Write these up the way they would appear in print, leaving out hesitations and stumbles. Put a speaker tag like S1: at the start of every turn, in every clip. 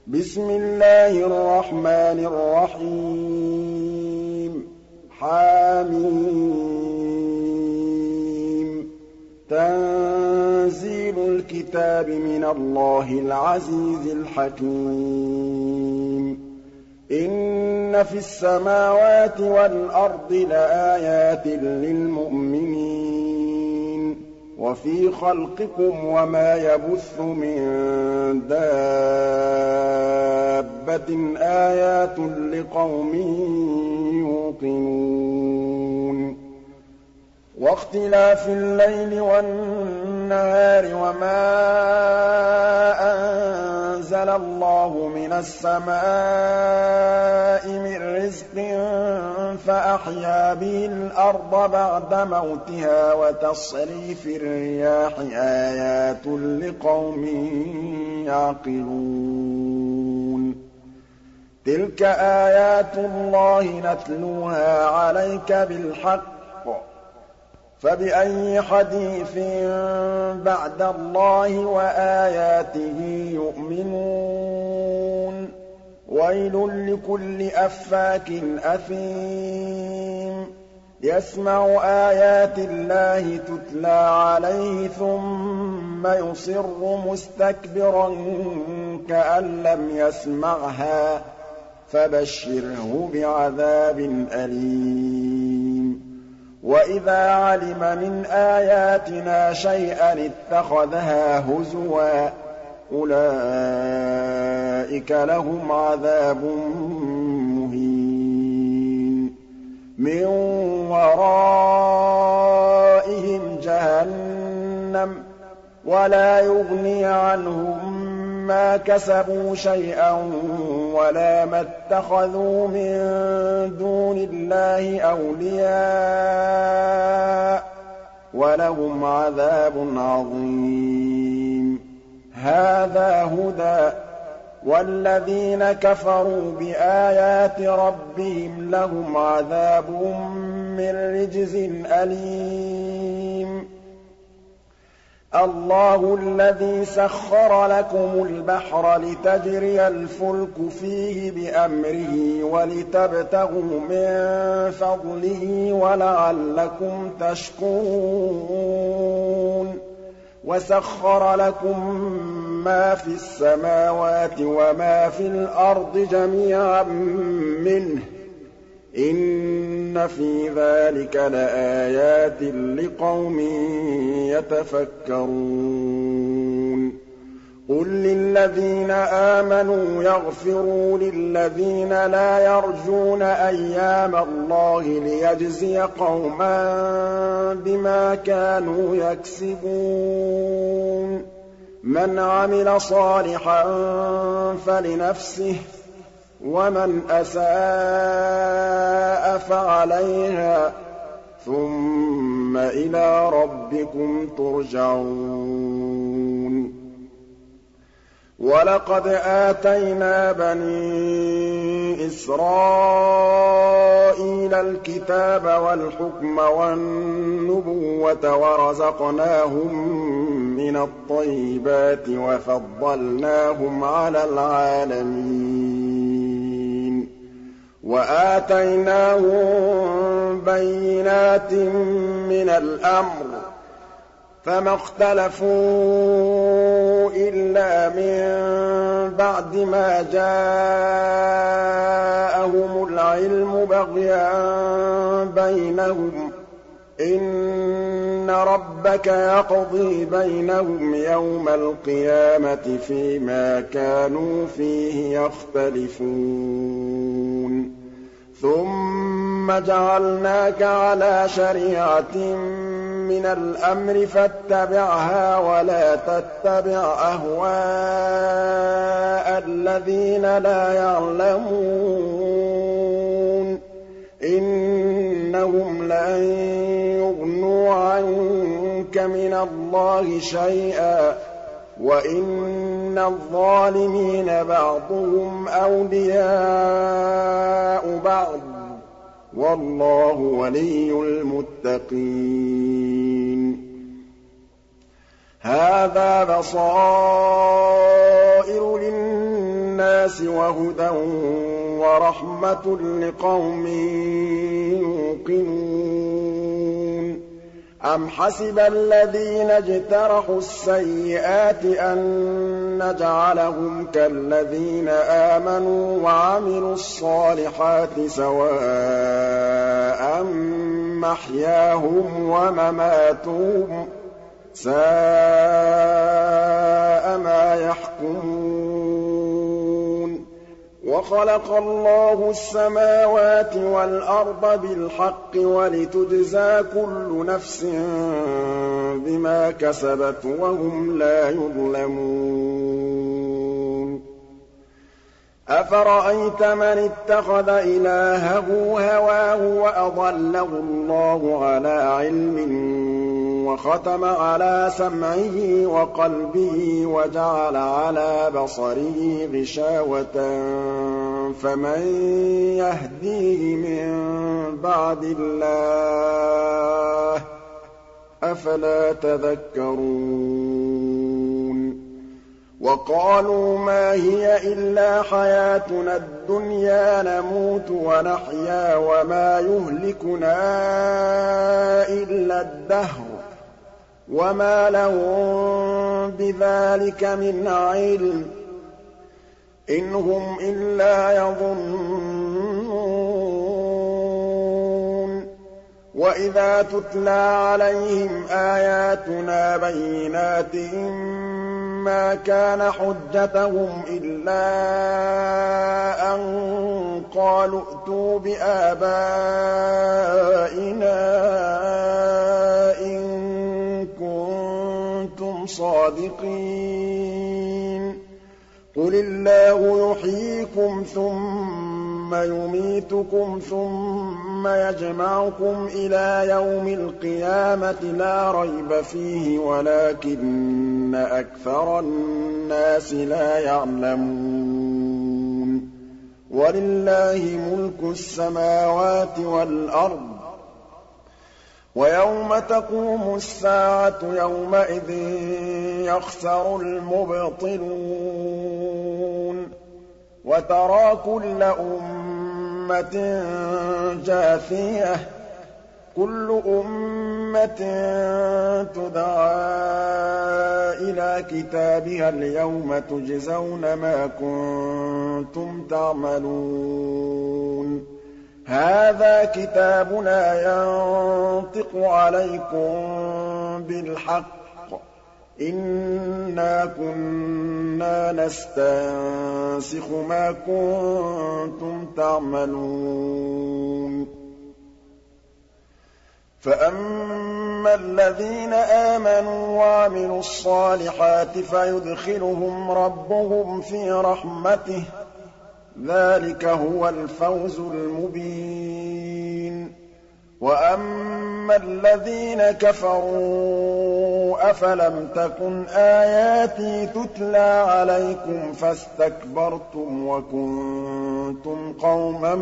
S1: بسم الله الرحمن الرحيم حم تنزيل الكتاب من الله العزيز الحكيم إن في السماوات والأرض لآيات للمؤمنين وفي خلقكم وما يبث من دابة آيات لقوم يوقنون واختلاف الليل والنهار وما أنزل الله من السماء من رزق فأحيا به الأرض بعد موتها وتصريف الرياح آيات لقوم يعقلون تلك آيات الله نتلوها عليك بالحق فبأي حديث بعد الله وآياته يؤمنون ويل لكل أفاك أثيم يسمع آيات الله تتلى عليه ثم يصر مستكبرا كأن لم يسمعها فبشره بعذاب أليم وإذا علم من آياتنا شيئا اتخذها هزوا أولئك لهم عذاب مهين من ورائهم جهنم ولا يغني عنهم ما كسبوا شيئا ولا ما اتخذوا من دون الله أولياء ولهم عذاب عظيم هذا هدى والذين كفروا بآيات ربهم لهم عذاب من رجز أليم الله الذي سخر لكم البحر لتجري الفلك فيه بأمره ولتبتغوا من فضله ولعلكم تشكرون وسخر لكم ما في السماوات وما في الأرض جميعا منه إن في ذلك لآيات لقوم يتفكرون قل للذين آمنوا يغفروا للذين لا يرجون أيام الله ليجزي قوما بما كانوا يكسبون من عمل صالحا فلنفسه ومن أساء فعليها ثم إلى ربكم ترجعون ولقد آتينا بني إسرائيل الكتاب والحكم والنبوة ورزقناهم من الطيبات وفضلناهم على العالمين وآتيناهم بينات من الأمر فما اختلفوا إلا من بعد ما جاءهم العلم بغيا بينهم إن ربك يقضي بينهم يوم القيامة فيما كانوا فيه يختلفون ثم جعلناك على شريعة من الأمر فاتبعها ولا تتبع أهواء الذين لا يعلمون إنهم لن يغنوا عنك من الله شيئا وإن الظالمين بعضهم أولياء بعض والله ولي المتقين هذا بصائر للناس لِّلنَّاسِ وَهُدًى وَرَحْمَةٌ لِّقَوْمٍ يُوقِنُونَ أَمْ حَسِبَ الَّذِينَ اجْتَرَحُوا السَّيِّئَاتِ أَن نَّجْعَلَهُمْ كَالَّذِينَ آمَنُوا وَعَمِلُوا الصَّالِحَاتِ سَوَاءً مَّحْيَاهُمْ وَمَمَاتُهُمْ ۚ سَاءَ مَا يَحْكُمُونَ وَخَلَقَ اللَّهُ السَّمَاوَاتِ وَالْأَرْضَ بِالْحَقِّ وَلِتُجْزَىٰ كُلُّ نَفْسٍ بِمَا كَسَبَتْ وَهُمْ لَا يُظْلَمُونَ أَفَرَأَيْتَ مَنِ اتَّخَذَ إِلَٰهَهُ هَوَاهُ وَأَضَلَّهُ اللَّهُ عَلَىٰ عِلْمٍ وَخَتَمَ عَلَىٰ سَمْعِهِ وَقَلْبِهِ وَجَعَلَ عَلَىٰ بَصَرِهِ غِشَاوَةً فَمَن يَهْدِيهِ مِن بَعْدِ اللَّهِ ۚ أَفَلَا تَذَكَّرُونَ وَقَالُوا مَا هِيَ إِلَّا حَيَاتُنَا الدُّنْيَا نَمُوتُ وَنَحْيَا وَمَا يُهْلِكُنَا إِلَّا الدَّهْرُ وَمَا لَهُم بِذَٰلِكَ مِنْ عِلْمٍ ۖ إِنْ هُمْ إِلَّا يَظُنُّونَ وَإِذَا تُتْلَىٰ عَلَيْهِمْ آيَاتُنَا بَيِّنَاتٍ مَّا كَانَ حُجَّتَهُمْ إِلَّا أَن قَالُوا ائْتُوا بِآبَائِنَا إِن كُنتُمْ صَادِقِينَ قُلِ اللَّهُ يُحْيِيكُمْ ثُمَّ يُمِيتُكُمْ ثُمَّ يَجْمَعُكُمْ إِلَىٰ يَوْمِ الْقِيَامَةِ لَا رَيْبَ فِيهِ وَلَٰكِنَّ أَكْثَرَ النَّاسِ لَا يَعْلَمُونَ وَلِلَّهِ مُلْكُ السَّمَاوَاتِ وَالْأَرْضِ ۚ وَيَوْمَ تَقُومُ السَّاعَةُ يَوْمَئِذٍ يَخْسَرُ الْمُبْطِلُونَ وَتَرَىٰ كُلَّ أُمَّةٍ جَاثِيَةً ۚ كُلُّ أُمَّةٍ تُدْعَىٰ إِلَىٰ كِتَابِهَا الْيَوْمَ تُجْزَوْنَ مَا كُنتُمْ تَعْمَلُونَ هَٰذَا كِتَابُنَا يَنطِقُ عَلَيْكُم بِالْحَقِّ ۚ إِنَّا كُنَّا نَسْتَنسِخُ مَا كُنتُمْ تَعْمَلُونَ فَأَمَّا الَّذِينَ آمَنُوا وَعَمِلُوا الصَّالِحَاتِ فَيُدْخِلُهُمْ رَبُّهُمْ فِي رَحْمَتِهِ ۚ ذَٰلِكَ هُوَ الْفَوْزُ الْمُبِينُ وَأَمَّا الَّذِينَ كَفَرُوا أَفَلَمْ تَكُنْ آيَاتِي تُتْلَىٰ عَلَيْكُمْ فَاسْتَكْبَرْتُمْ وَكُنتُمْ قَوْمًا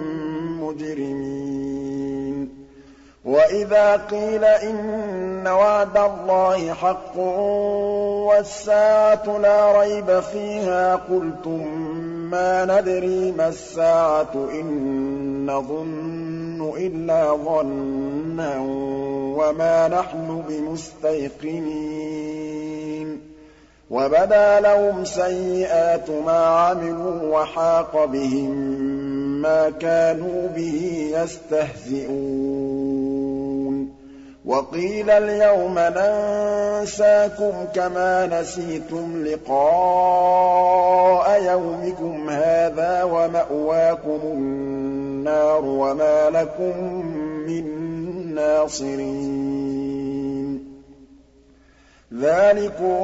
S1: مُّجْرِمِينَ وَإِذَا قِيلَ إِنَّ وَعْدَ اللَّهِ حَقٌّ وَالسَّاعَةُ لَا رَيْبَ فِيهَا قُلْتُم مَّا نَدْرِي مَا السَّاعَةُ إِن نَّظُنُّ إِلَّا ظَنًّا وَمَا نَحْنُ بِمُسْتَيْقِنِينَ وَبَدَا لَهُمْ سَيِّئَاتُ مَا عَمِلُوا وَحَاقَ بِهِم مَّا كَانُوا بِهِ يَسْتَهْزِئُونَ وَقِيلَ الْيَوْمَ نَنسَاكُمْ كَمَا نَسِيتُمْ لِقَاءَ يَوْمِكُمْ هَٰذَا وَمَأْوَاكُمُ النَّارُ وَمَا لَكُم مِّن نَّاصِرِينَ ذَٰلِكُم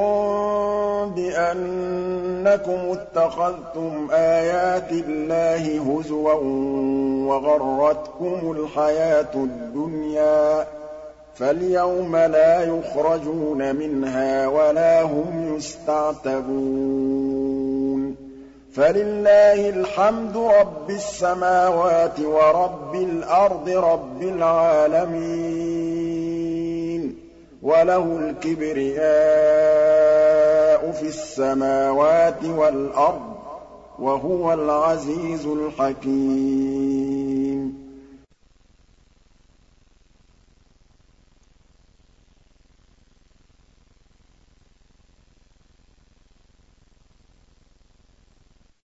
S1: بِأَنَّكُمُ اتَّخَذْتُمْ آيَاتِ اللَّهِ هُزُوًا وَغَرَّتْكُمُ الْحَيَاةُ الدُّنْيَا فَالْيَوْمَ لَا يُخْرَجُونَ مِنْهَا وَلَا هُمْ يُسْتَعْتَبُونَ فَلِلَّهِ الْحَمْدُ رَبِّ السَّمَاوَاتِ وَرَبِّ الْأَرْضِ رَبِّ الْعَالَمِينَ وَلَهُ الْكِبْرِيَاءُ فِي السَّمَاوَاتِ وَالْأَرْضِ وَهُوَ الْعَزِيزُ الْحَكِيمُ